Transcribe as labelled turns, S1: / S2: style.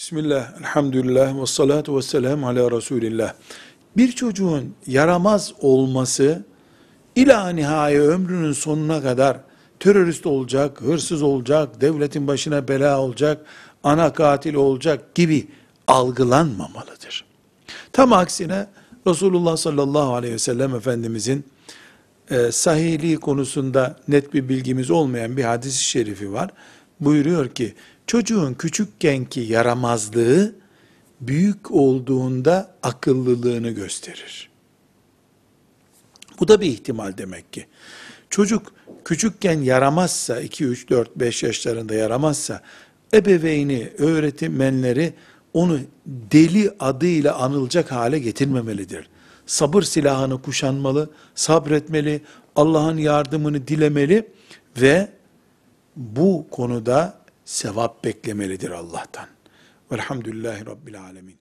S1: Bismillah, elhamdülillah, ve salatu ve selamu ala Resulillah. Bir çocuğun yaramaz olması, ila nihai ömrünün sonuna kadar terörist olacak, hırsız olacak, devletin başına bela olacak, ana katil olacak gibi algılanmamalıdır. Tam aksine Resulullah sallallahu aleyhi ve sellem Efendimizin sahihliği konusunda net bir bilgimiz olmayan bir hadis-i şerifi var. Buyuruyor ki, çocuğun küçükkenki yaramazlığı, büyük olduğunda akıllılığını gösterir. Bu da bir ihtimal demek ki. Çocuk küçükken yaramazsa, 2, 3, 4, 5 yaşlarında yaramazsa, ebeveyni, öğretmenleri onu deli adıyla anılacak hale getirmemelidir. Sabır silahını kuşanmalı, sabretmeli, Allah'ın yardımını dilemeli ve bu konuda sevap beklemelidir Allah'tan. Velhamdülillahi Rabbil Alemin.